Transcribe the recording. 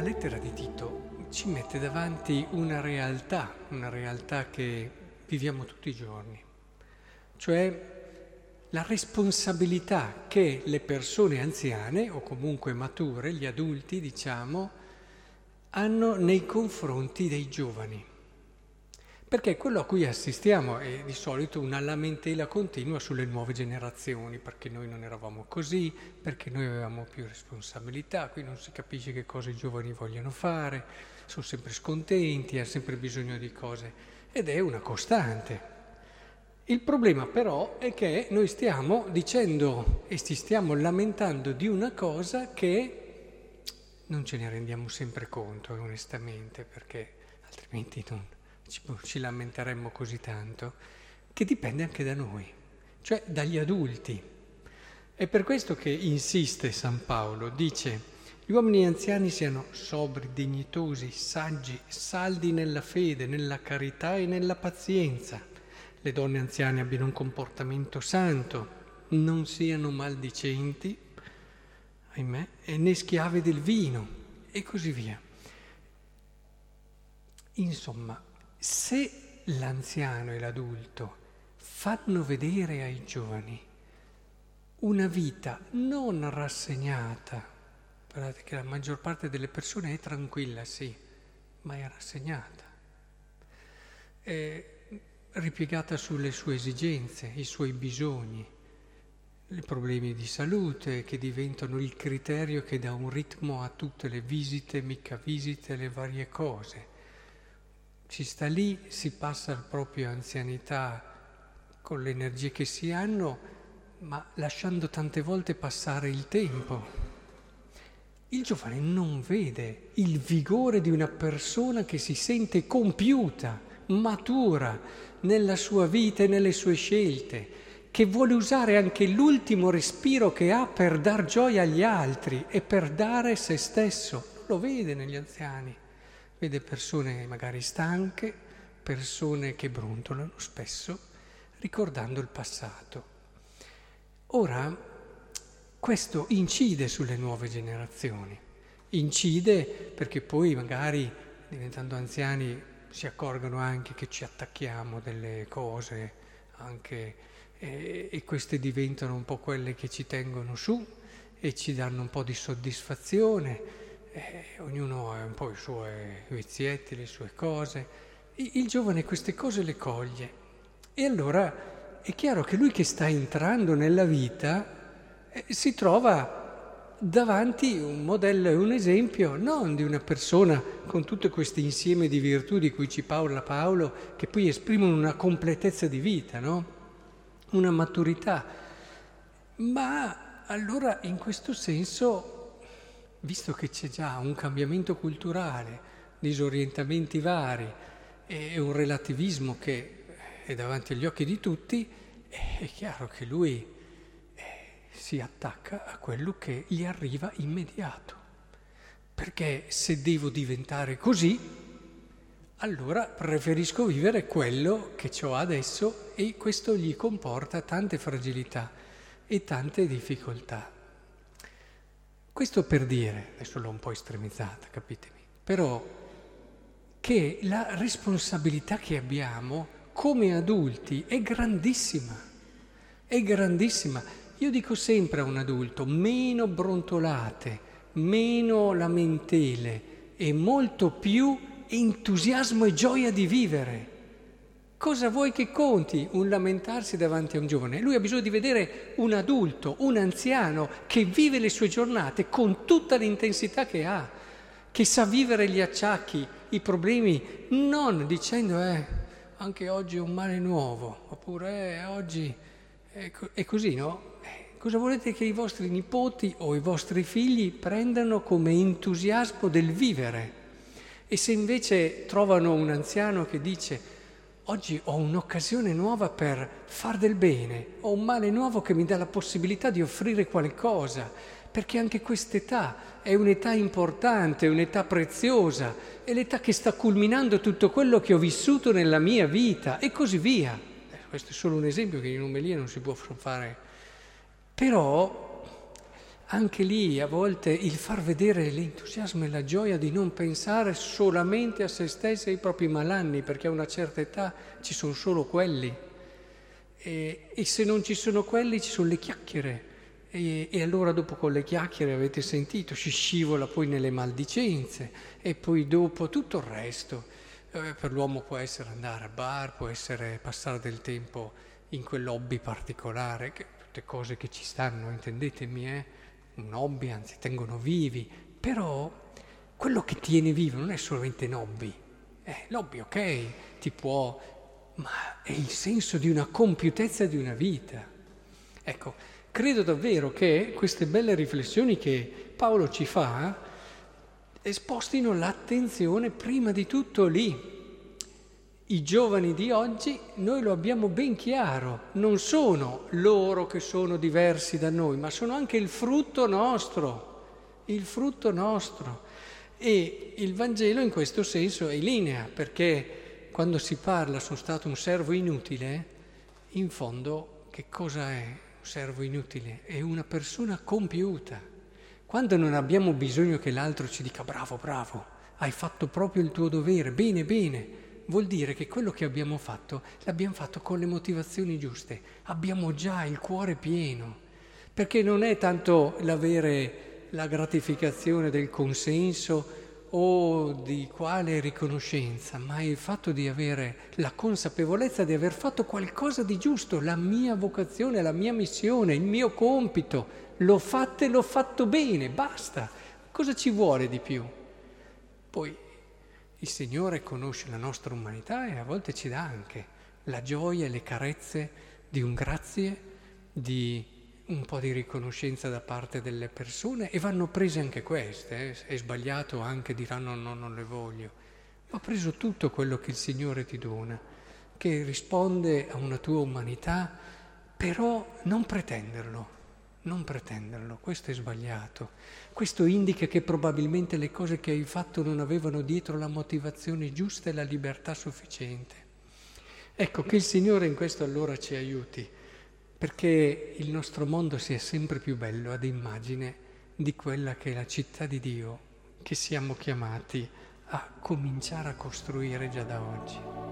lettera di Tito ci mette davanti una realtà che viviamo tutti i giorni, cioè la responsabilità che le persone anziane o comunque mature, gli adulti diciamo, hanno nei confronti dei giovani. Perché quello a cui assistiamo è di solito una lamentela continua sulle nuove generazioni, perché noi non eravamo così, perché noi avevamo più responsabilità, qui non si capisce che cosa i giovani vogliono fare, sono sempre scontenti, hanno sempre bisogno di cose, ed è una costante. Il problema però è che noi stiamo dicendo e ci stiamo lamentando di una cosa che non ce ne rendiamo sempre conto, onestamente, perché altrimenti non ci lamenteremmo così tanto, che dipende anche da noi, cioè dagli adulti. È per questo che insiste San Paolo, dice: gli uomini anziani siano sobri, dignitosi, saggi, saldi nella fede, nella carità e nella pazienza. Le donne anziane abbiano un comportamento santo, non siano maldicenti, ahimè, e né schiave del vino, e così via. Insomma, se l'anziano e l'adulto fanno vedere ai giovani una vita non rassegnata, guardate che la maggior parte delle persone è tranquilla, sì, ma è rassegnata, è ripiegata sulle sue esigenze, i suoi bisogni, i problemi di salute che diventano il criterio che dà un ritmo a tutte le visite, mica visite, le varie cose. Si sta lì, si passa la propria anzianità con le energie che si hanno, ma lasciando tante volte passare il tempo. Il giovane non vede il vigore di una persona che si sente compiuta, matura nella sua vita e nelle sue scelte, che vuole usare anche l'ultimo respiro che ha per dar gioia agli altri e per dare se stesso. Non lo vede negli anziani. Vede persone magari stanche, persone che brontolano spesso, ricordando il passato. Ora, questo incide sulle nuove generazioni, incide perché poi magari diventando anziani si accorgono anche che ci attacchiamo delle cose, anche, e queste diventano un po' quelle che ci tengono su e ci danno un po' di soddisfazione. Ognuno ha un po' i suoi vizietti, le sue cose. Il giovane queste cose le coglie. E allora è chiaro che lui che sta entrando nella vita si trova davanti un modello e un esempio non di una persona con tutto questo insieme di virtù di cui ci parla Paolo, che poi esprimono una completezza di vita, no? Una maturità. Ma allora in questo senso, visto che c'è già un cambiamento culturale, disorientamenti vari e un relativismo che è davanti agli occhi di tutti, è chiaro che lui si attacca a quello che gli arriva immediato. Perché se devo diventare così, allora preferisco vivere quello che ho adesso e questo gli comporta tante fragilità e tante difficoltà. Questo per dire, adesso l'ho un po' estremizzata, capitemi, però che la responsabilità che abbiamo come adulti è grandissima, è grandissima. Io dico sempre a un adulto, meno brontolate, meno lamentele e molto più entusiasmo e gioia di vivere. Cosa vuoi che conti un lamentarsi davanti a un giovane? Lui ha bisogno di vedere un adulto, un anziano che vive le sue giornate con tutta l'intensità che ha, che sa vivere gli acciacchi, i problemi, non dicendo anche oggi è un male nuovo, oppure oggi è così, no? Cosa volete che i vostri nipoti o i vostri figli prendano come entusiasmo del vivere? E se invece trovano un anziano che dice: oggi ho un'occasione nuova per far del bene, ho un male nuovo che mi dà la possibilità di offrire qualcosa, perché anche quest'età è un'età importante, è un'età preziosa, è l'età che sta culminando tutto quello che ho vissuto nella mia vita e così via. Questo è solo un esempio che in omelia non si può fare. Però anche lì a volte il far vedere l'entusiasmo e la gioia di non pensare solamente a se stessi e ai propri malanni, perché a una certa età ci sono solo quelli. E se non ci sono quelli ci sono le chiacchiere. E allora dopo con le chiacchiere, avete sentito, si scivola poi nelle maldicenze e poi dopo tutto il resto. Per l'uomo può essere andare a bar, può essere passare del tempo in quell'hobby particolare, tutte cose che ci stanno, intendetemi, un hobby, anzi tengono vivi, però quello che tiene vivo non è solamente un hobby. L'hobby, ok, ti può, ma è il senso di una compiutezza di una vita. Ecco, credo davvero che queste belle riflessioni che Paolo ci fa spostino l'attenzione prima di tutto lì. I giovani di oggi, noi lo abbiamo ben chiaro, non sono loro che sono diversi da noi, ma sono anche il frutto nostro, il frutto nostro. E il Vangelo in questo senso è linea, perché quando si parla sono stato un servo inutile, in fondo che cosa è un servo inutile? È una persona compiuta. Quando non abbiamo bisogno che l'altro ci dica bravo, bravo, hai fatto proprio il tuo dovere, bene, bene, vuol dire che quello che abbiamo fatto l'abbiamo fatto con le motivazioni giuste, abbiamo già il cuore pieno, perché non è tanto l'avere la gratificazione del consenso o di quale riconoscenza, ma il fatto di avere la consapevolezza di aver fatto qualcosa di giusto, la mia vocazione, la mia missione, il mio compito, l'ho fatto e l'ho fatto bene, basta, cosa ci vuole di più? Poi il Signore conosce la nostra umanità e a volte ci dà anche la gioia e le carezze di un grazie, di un po' di riconoscenza da parte delle persone, e vanno prese anche queste. È sbagliato anche, diranno no, non le voglio. Va preso tutto quello che il Signore ti dona, che risponde a una tua umanità, però non pretenderlo. Non pretenderlo, questo è sbagliato. Questo indica che probabilmente le cose che hai fatto non avevano dietro la motivazione giusta e la libertà sufficiente. Ecco, che il Signore in questo allora ci aiuti, perché il nostro mondo sia sempre più bello ad immagine di quella che è la città di Dio, che siamo chiamati a cominciare a costruire già da oggi.